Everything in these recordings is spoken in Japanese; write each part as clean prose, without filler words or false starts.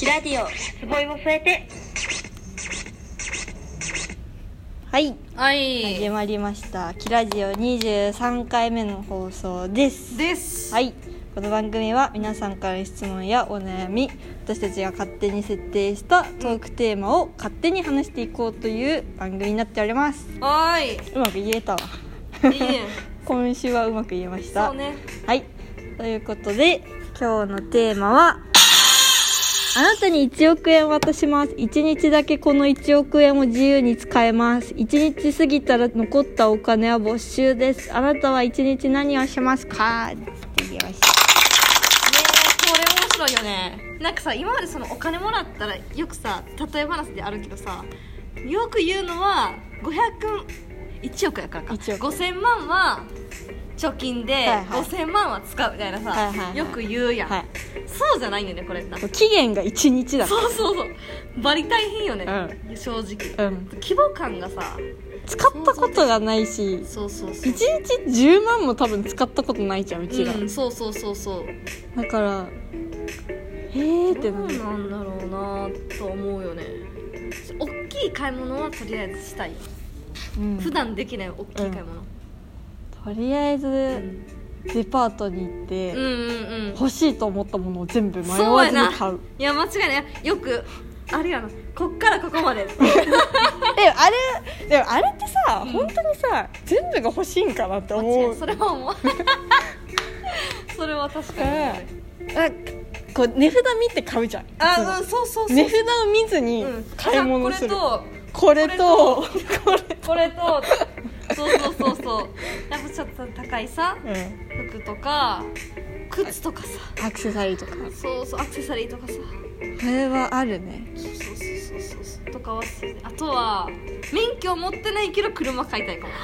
ラディオすごいも添えてはいはい、 始まりましたキラジオ23回目の放送です。はい、この番組は皆さんからの質問やお悩み、私たちが勝手に設定したトークテーマを勝手に話していこうという番組になっております。 はい、 うまく言えたわ。 いいね今週はうまく言えました。 そうね。 はい、ということで今日のテーマは、あなたに1億円渡します。1日だけこの1億円を自由に使えます。1日過ぎたら残ったお金は没収です。あなたは1日何をしますかって言いました。 ねえ、これ面白いよね。なんかさ、今までそのお金もらったらよくさ、例え話であるけどさ、よく言うのは1億やからか、5000万は貯金で、5000万は使うみたいなさ、よく言うやん、そうじゃないよね、これ。 期限が1日だ。 そうバリ大変よね、正直、規模感がさ、 使ったことがないし、1日10万も多分使ったことないじゃん、うちら。 そうだからってどうなんだろうなと思うよね。大きい買い物はとりあえずしたい、普段できない大きい買い物、 とりあえず、デパートに行って、欲しいと思ったものを全部迷わずに買う。 いや間違いない。よくあれやな、こっからここまででもあれってさ、本当にさ全部が欲しいんかなって思う。 それは思うそれは確かに、 こう値札見て買うじゃん。 そう値札を見ずに買い物する、これとそうやっぱちょっと高いさ、服とか靴とかさ、 アクセサリーとか、 アクセサリーとかさ、 これはあるね。 そうとかは、あとは免許持ってないけど車買いたいかも。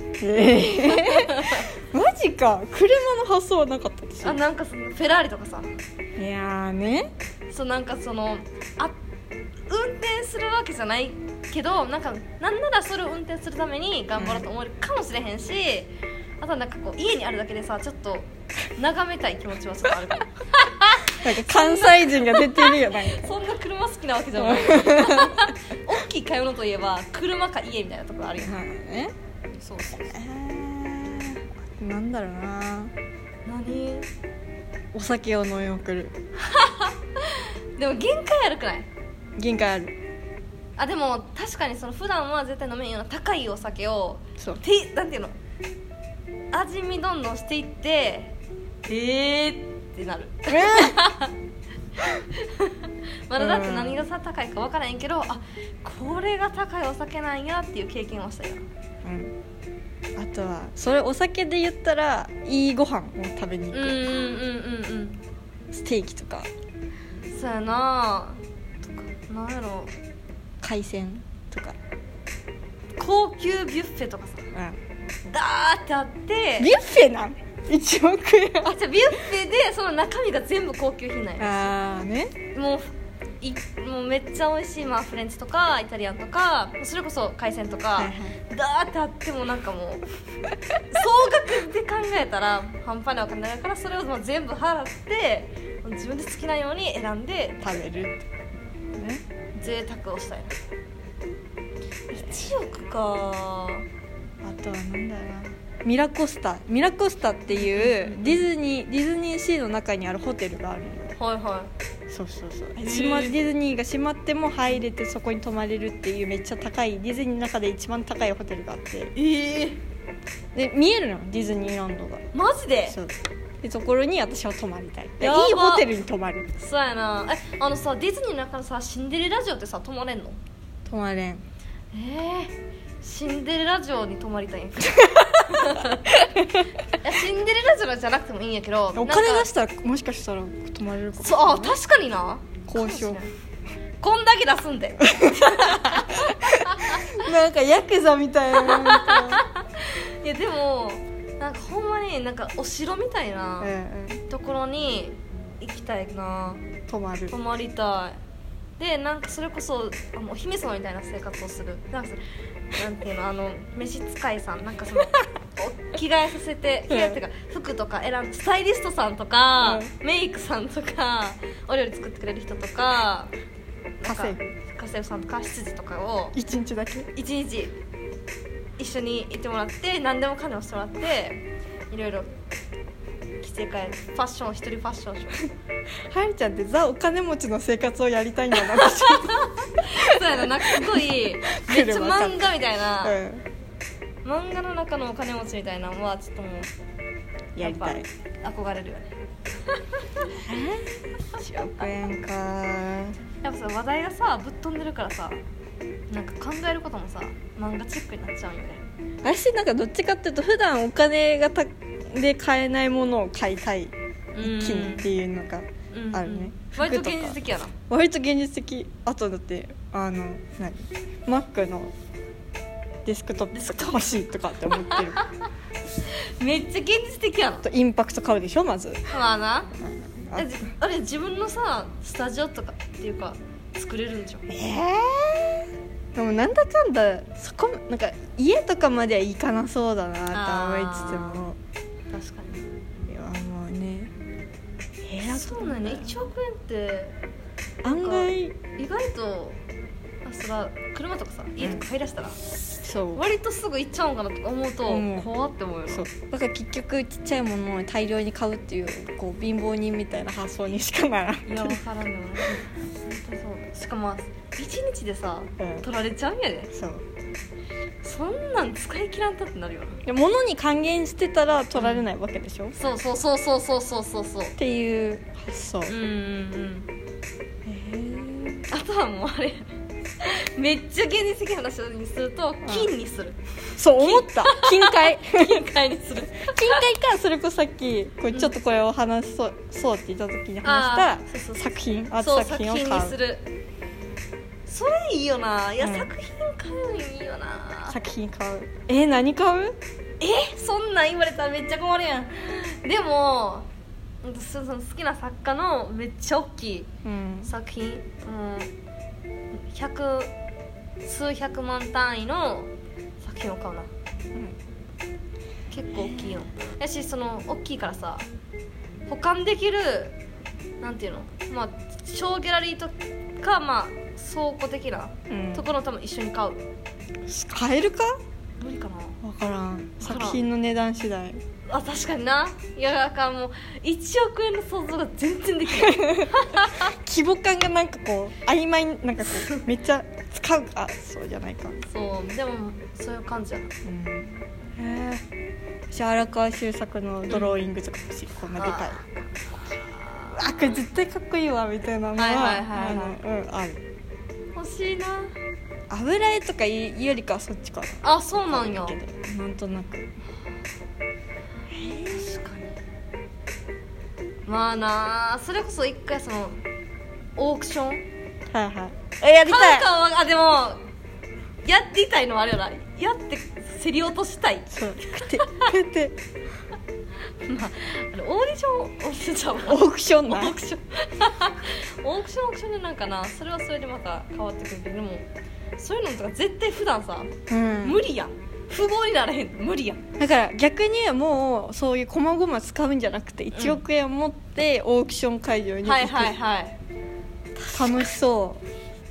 マジか。車の発想はなかったでしょ。 なんかそのフェラーリとかさ、 いやーね、 なんかその運転するわけじゃないけど、なんならそれを運転するために頑張ろうと思えるかもしれへんし、あとはなんかこう家にあるだけでさ、ちょっと眺めたい気持ちはちょっとあるからなんか関西人が出てるよ。なんかそんな車好きなわけじゃない大きい買い物といえば車か家みたいなところあるよね。そうなんだろうな。 何？ お酒を飲みまくるでも限界あるくない？ 限界ある。 でも確かにその普段は絶対飲めんような高いお酒をなんていうの、味見どんどんしていってってなるまだだって何がさ高いか分からへんけど、これが高いお酒なんやっていう経験をしたよ。 あとはそれお酒で言ったらいいご飯を食べに行く。ステーキとか、 そうやな、とかなんやろ、 海鮮とか、 高級ビュッフェとかさ、ダーってあって、 ビュッフェなん1億円。 じゃあビュッフェでその中身が全部高級品なんや。もうめっちゃ美味しい、フレンチとかイタリアンとか、それこそ海鮮とか、ダーってあってもなんかもう総額で考えたら半端なお金だから、それをもう全部払って自分で好きなように選んで食べる、 贅沢をしたいな。1億か。 あとはなんだろうな、ミラコスタっていうディズニーシーの中にあるホテルがあるの。そうディズニーが閉まっても入れて、そこに泊まれるっていうめっちゃ高い、ディズニーの中で一番高いホテルがあって、で見えるの、ディズニーランドが。 マジで？ そうで、そこに私は泊まりたい。いいホテルに泊まる。 そうやな。さ、ディズニーの中のさ、シンデレラ城ってさ、泊まれんの？ 泊まれん。 シンデレラ城に泊まりたいんやシンデレラ城じゃなくてもいいんやけど、 お金出したらもしかしたら泊まれるかもしれない。 確かにな。 交渉こんだけ出すんでなんかヤクザみたいな。 いやでもなんかほんまになんかお城みたいなところに行きたいな。 泊まりたい。 でなんかそれこそお姫様みたいな生活をするなんていうの召使いさんなんかその着替えさせて着替えっていうか服とか選んスタイリストさんとか、メイクさんとかお料理作ってくれる人とか家政婦さんとか執事とかを 1日だけ 1日一緒にいてもらって何でもかんでもしてもらっていろいろ着せ替えファッション一人ファッションショーはるちゃんってザお金持ちの生活をやりたいんだなそうやな、なんかすごいめっちゃ漫画みたいな、漫画の中のお金持ちみたいなのはちょっともうやりたい憧れるよね 1億円かやっぱさ話題がさぶっ飛んでるからさなんか考えることもさ漫画チックになっちゃうよね。 私なんかどっちかっていうと普段お金がで買えないものを買いたい一気にっていうのがあるね、 割と現実的やな。 割と現実的。あとだってマックのデスクトップが欲しいとかって思ってるめっちゃ現実的やな。 インパクト買うでしょまず。 まあな、あれ自分のさスタジオとかっていうか作れるんじゃん。 でもなんだかんだそこなんか家とかまではいかなそうだなと思いつつも確かにいやもうねそうなんね。1億円って案外意外とそら車とかさ家とか買い出したら、 そう割とすぐ行っちゃうんかなとか思うと怖って思うよな。 そうだから結局ちっちゃいものを大量に買うっていうこう貧乏人みたいな発想にしかならない。 いや分からんでもない本当そう。しかも1日でさ、取られちゃうんやで。 そうそんなん使い切らんたってなるよな。 物に還元してたら取られないわけでしょ、 そうっていう発想。 あとはもうあれめっちゃ現実的な話にすると金にする。 そう思った金塊にする。 金塊かそれこそさっきちょっとこれを話そうって言った時に話した作品アート作品を買う。 作品にする。それいいよな。いや、作品買うのいいよな。 作品買う。何買う？ そんなん言われたらめっちゃ困るやん。でもその好きな作家のめっちゃ大きい作品、数百万単位の作品を買うな、結構大きいよ。やしその大きいからさ保管できるなんていうの、まあ小ギャラリーとかまあ倉庫的なところとも一緒に買う。 買えるか？ 無理かな。 分からん。作品の値段次第。 確かにな。いやだからもう1億円の想像が全然できない規模感がなんかこう曖昧なんかこうめっちゃ使うかそうじゃないか。 そうでもそういう感じやな。 私荒川修作のドローイングとか欲しい。こんなでかいこれ絶対かっこいいわみたいなのはある。 欲しいな。 油絵とかいうよりかはそっちかな。 そうなんや。 なんとなく確かに。まあなそれこそ一回そのオークションやりたい。 でもやっていたいのはあれよな。やって競り落としたい。 そうってまあオーディションオークションなオークションでなんかなそれはそれでまた変わってくるけど、でもそういうのとか絶対普段さ、無理やん。富豪にならへん無理やん。 だから逆にもうそういう細々使うんじゃなくて1億円を持ってオークション会場に行く、楽しそう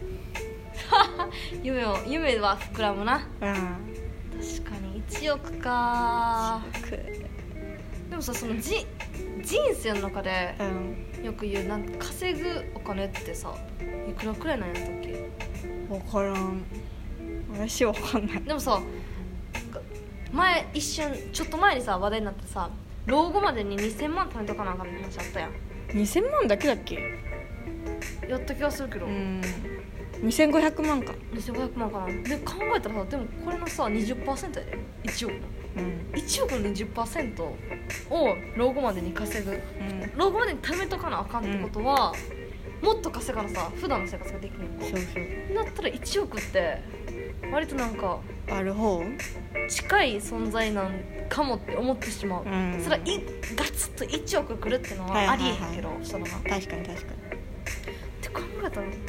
夢は膨らむな。確かに1億か。でもさその人生の中でよく言うなんか稼ぐお金ってさいくらくらいなんやったっけ？ 分からん。私は分かんない。 でもさ一瞬ちょっと前にさ話題になってさ老後までに2000万貯めとかなあかんの話あったやん。 2000万だけだっけ？ やった気がするけど。 2500万か。 2500万かな。で考えたらさでもこれのさ 20% やで1億の、1億の 20% を老後までに稼ぐ、老後までに貯めとかなあかんってことは、もっと稼がなさ普段の生活ができるのか。そうだったら1億って割となんかある方近い存在なんかもって思ってしまう、それはガツッと1億くるってのはありえへんけど、その確かにって考えたらなんか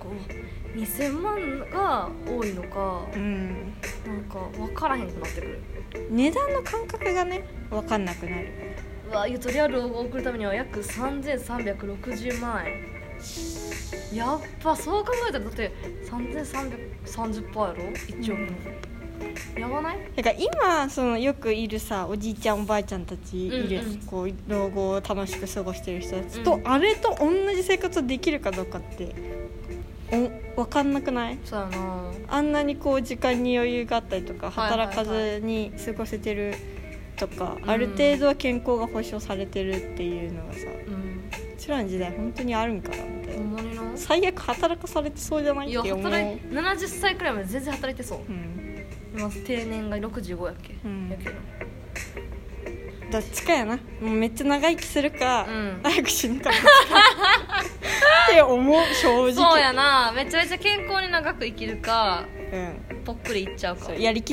2000万が多いのか、なんか分からへんくなってくる。 値段の感覚がね分かんなくなる。 うわ、ゆとりあるを送るためには約3360万円。やっぱそう考えたらだって3330%やろ、1億の、やばない？ だから今そのよくいるさ、おじいちゃんおばあちゃんたちいる、こう老後を楽しく過ごしてる人たちと、あれと同じ生活をできるかどうかって分かんなくない？ そうやな。 あんなにこう時間に余裕があったりとか、働かずに過ごせてるとか、ある程度は健康が保障されてるっていうのがさ、うちらの時代本当にあるんかなみたいな。最悪働かされてそうじゃないって思う。いや、 70歳くらいまで全然働いてそう。今定年が65やっけ、やけどどっちかやな。もうめっちゃ長生きするか、早く死ぬかって思う、正直。 そうやな。めちゃめちゃ健康に長く生きるか、ぽっくりいっちゃうか。 やりきって、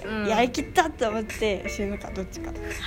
やりきったって思って死ぬか、どっちか。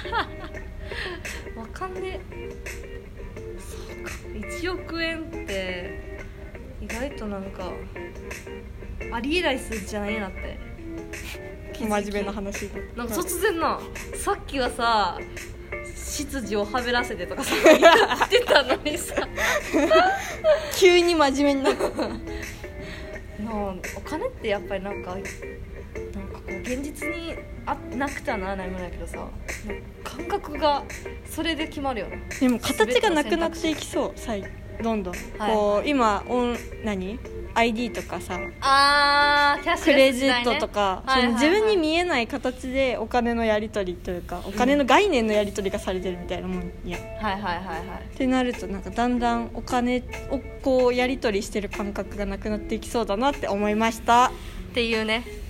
わかんねえ。そうか、1億円って意外となんかありえない数字じゃないなって真面目な話で、 なんか突然な、さっきはさ執事をはべらせてとかさ言ってたのにさ急に真面目になったお金ってやっぱりなんかこう現実になくてはならないものやけどさ、感覚がそれで決まるよな。 でも形がなくなっていきそう、どんどん、こう今ID とかさ、 キャッシュレス時代ね、 クレジットとか、その自分に見えない形でお金のやり取りというか、お金の概念のやり取りがされてるみたいなもんや、ってなるとなんかだんだんお金をこうやり取りしてる感覚がなくなっていきそうだなって思いましたっていうね。